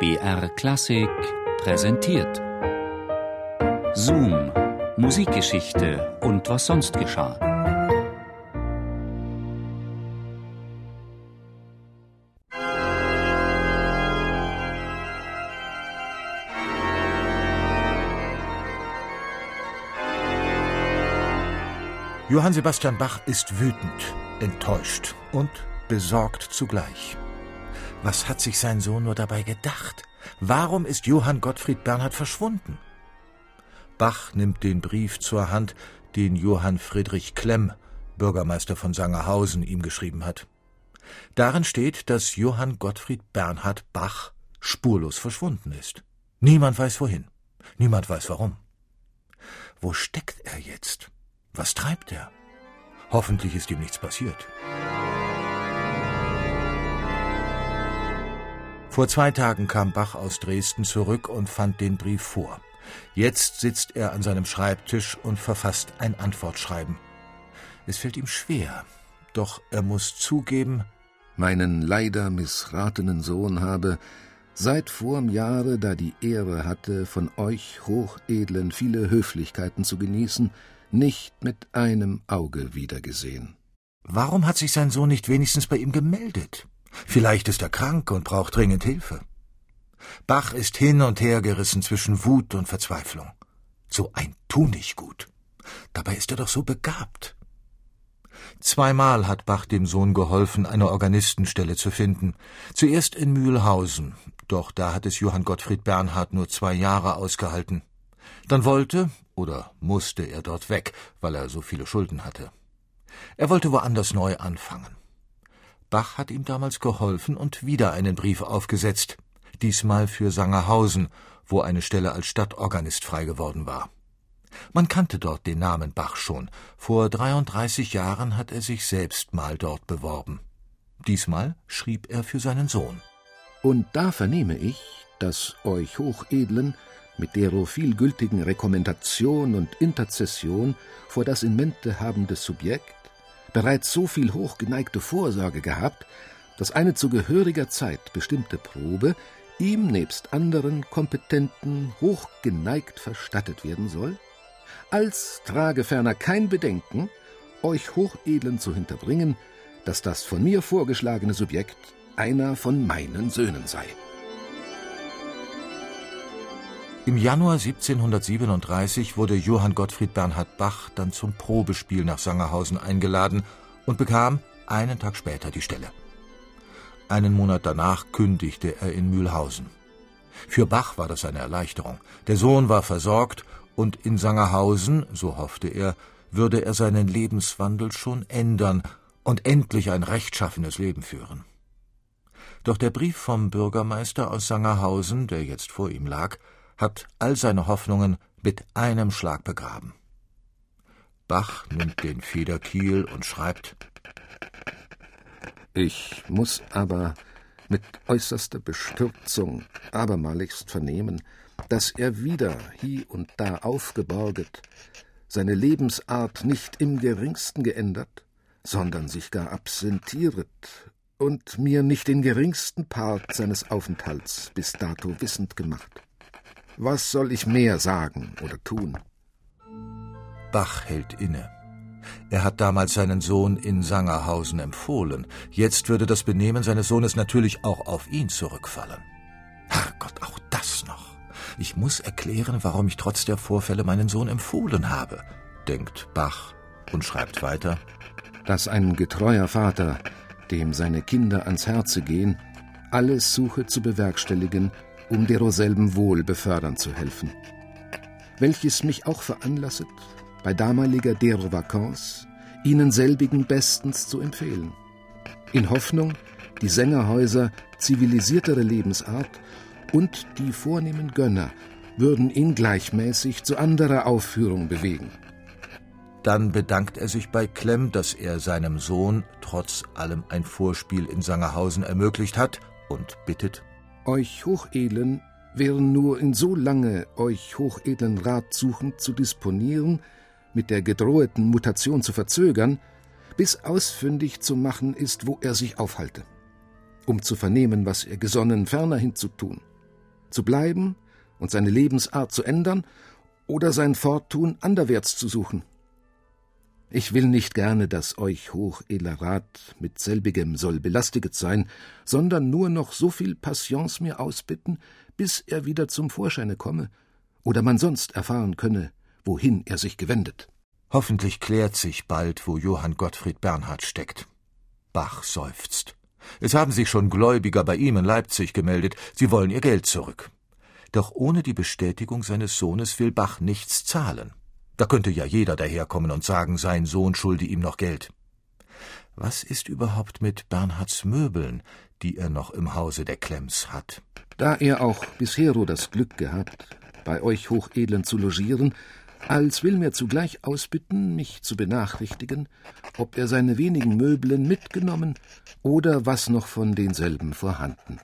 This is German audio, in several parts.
BR Klassik präsentiert Zoom, Musikgeschichte und was sonst geschah. Johann Sebastian Bach ist wütend, enttäuscht und besorgt zugleich. Was hat sich sein Sohn nur dabei gedacht? Warum ist Johann Gottfried Bernhard verschwunden? Bach nimmt den Brief zur Hand, den Johann Friedrich Klemm, Bürgermeister von Sangerhausen, ihm geschrieben hat. Darin steht, dass Johann Gottfried Bernhard Bach spurlos verschwunden ist. Niemand weiß wohin. Niemand weiß warum. Wo steckt er jetzt? Was treibt er? Hoffentlich ist ihm nichts passiert. Vor 2 Tagen kam Bach aus Dresden zurück und fand den Brief vor. Jetzt sitzt er an seinem Schreibtisch und verfasst ein Antwortschreiben. Es fällt ihm schwer, doch er muss zugeben, meinen leider missratenen Sohn habe, seit vorm Jahre, da die Ehre hatte, von euch Hochedlen viele Höflichkeiten zu genießen, nicht mit einem Auge wiedergesehen. Warum hat sich sein Sohn nicht wenigstens bei ihm gemeldet? Vielleicht ist er krank und braucht dringend Hilfe. Bach ist hin und her gerissen zwischen Wut und Verzweiflung. So ein Tunichtgut. Dabei ist er doch so begabt. 2-mal hat Bach dem Sohn geholfen, eine Organistenstelle zu finden. Zuerst in Mühlhausen, doch da hat es Johann Gottfried Bernhard nur 2 Jahre ausgehalten. Dann wollte oder musste er dort weg, weil er so viele Schulden hatte. Er wollte woanders neu anfangen. Bach hat ihm damals geholfen und wieder einen Brief aufgesetzt, diesmal für Sangerhausen, wo eine Stelle als Stadtorganist frei geworden war. Man kannte dort den Namen Bach schon. Vor 33 Jahren hat er sich selbst mal dort beworben. Diesmal schrieb er für seinen Sohn. Und da vernehme ich, dass euch Hochedlen mit dero vielgültigen Rekommendation und Interzession vor das in Mente habendes Subjekt bereits so viel hochgeneigte Vorsorge gehabt, dass eine zu gehöriger Zeit bestimmte Probe ihm nebst anderen Kompetenten hochgeneigt verstattet werden soll, als trage ferner kein Bedenken, euch Hochedlen zu hinterbringen, dass das von mir vorgeschlagene Subjekt einer von meinen Söhnen sei. Im Januar 1737 wurde Johann Gottfried Bernhard Bach dann zum Probespiel nach Sangerhausen eingeladen und bekam einen Tag später die Stelle. Einen Monat danach kündigte er in Mühlhausen. Für Bach war das eine Erleichterung. Der Sohn war versorgt und in Sangerhausen, so hoffte er, würde er seinen Lebenswandel schon ändern und endlich ein rechtschaffenes Leben führen. Doch der Brief vom Bürgermeister aus Sangerhausen, der jetzt vor ihm lag, hat all seine Hoffnungen mit einem Schlag begraben. Bach nimmt den Federkiel und schreibt: Ich muß aber mit äußerster Bestürzung abermaligst vernehmen, dass er wieder hie und da aufgeborget, seine Lebensart nicht im geringsten geändert, sondern sich gar absentieret und mir nicht den geringsten Part seines Aufenthalts bis dato wissend gemacht. Was soll ich mehr sagen oder tun? Bach hält inne. Er hat damals seinen Sohn in Sangerhausen empfohlen. Jetzt würde das Benehmen seines Sohnes natürlich auch auf ihn zurückfallen. Herrgott, auch das noch. Ich muss erklären, warum ich trotz der Vorfälle meinen Sohn empfohlen habe, denkt Bach und schreibt weiter: Dass ein getreuer Vater, dem seine Kinder ans Herze gehen, alles suche zu bewerkstelligen, um deroselben wohl befördern zu helfen. Welches mich auch veranlasset, bei damaliger dero Vacanz, ihnen selbigen bestens zu empfehlen. In Hoffnung, die Sängerhäuser zivilisiertere Lebensart und die vornehmen Gönner würden ihn gleichmäßig zu anderer Aufführung bewegen. Dann bedankt er sich bei Klemm, dass er seinem Sohn trotz allem ein Vorspiel in Sangerhausen ermöglicht hat und bittet: Euch Hochedlen wären nur in so lange euch hochedlen Rat suchend zu disponieren, mit der gedroheten Mutation zu verzögern, bis ausfindig zu machen ist, wo er sich aufhalte, um zu vernehmen, was er gesonnen fernerhin zu tun. zu bleiben und seine Lebensart zu ändern oder sein Forttun anderwärts zu suchen. Ich will nicht gerne, dass euch, hochedler Rat, mit selbigem soll belastiget sein, sondern nur noch so viel Patience mir ausbitten, bis er wieder zum Vorscheine komme, oder man sonst erfahren könne, wohin er sich gewendet. Hoffentlich klärt sich bald, wo Johann Gottfried Bernhard steckt. Bach seufzt. Es haben sich schon Gläubiger bei ihm in Leipzig gemeldet, sie wollen ihr Geld zurück. Doch ohne die Bestätigung seines Sohnes will Bach nichts zahlen. Da könnte ja jeder daherkommen und sagen, sein Sohn schulde ihm noch Geld. Was ist überhaupt mit Bernhards Möbeln, die er noch im Hause der Klemms hat? Da er auch bishero das Glück gehabt, bei euch Hochedlen zu logieren, als will mir zugleich ausbitten, mich zu benachrichtigen, ob er seine wenigen Möbeln mitgenommen oder was noch von denselben vorhanden.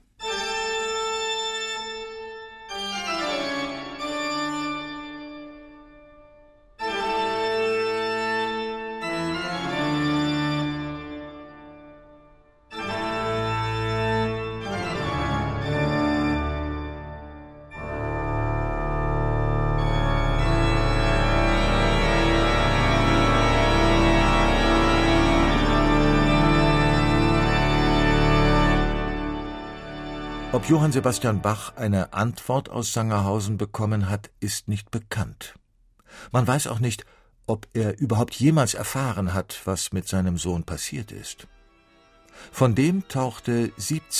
Ob Johann Sebastian Bach eine Antwort aus Sangerhausen bekommen hat, ist nicht bekannt. Man weiß auch nicht, ob er überhaupt jemals erfahren hat, was mit seinem Sohn passiert ist. Von dem tauchte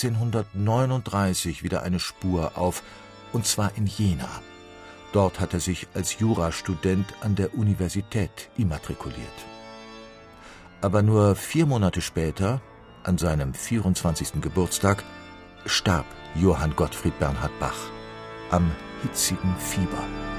1739 wieder eine Spur auf, und zwar in Jena. Dort hat er sich als Jurastudent an der Universität immatrikuliert. Aber nur 4 Monate später, an seinem 24. Geburtstag, starb Johann Gottfried Bernhard Bach am hitzigen Fieber.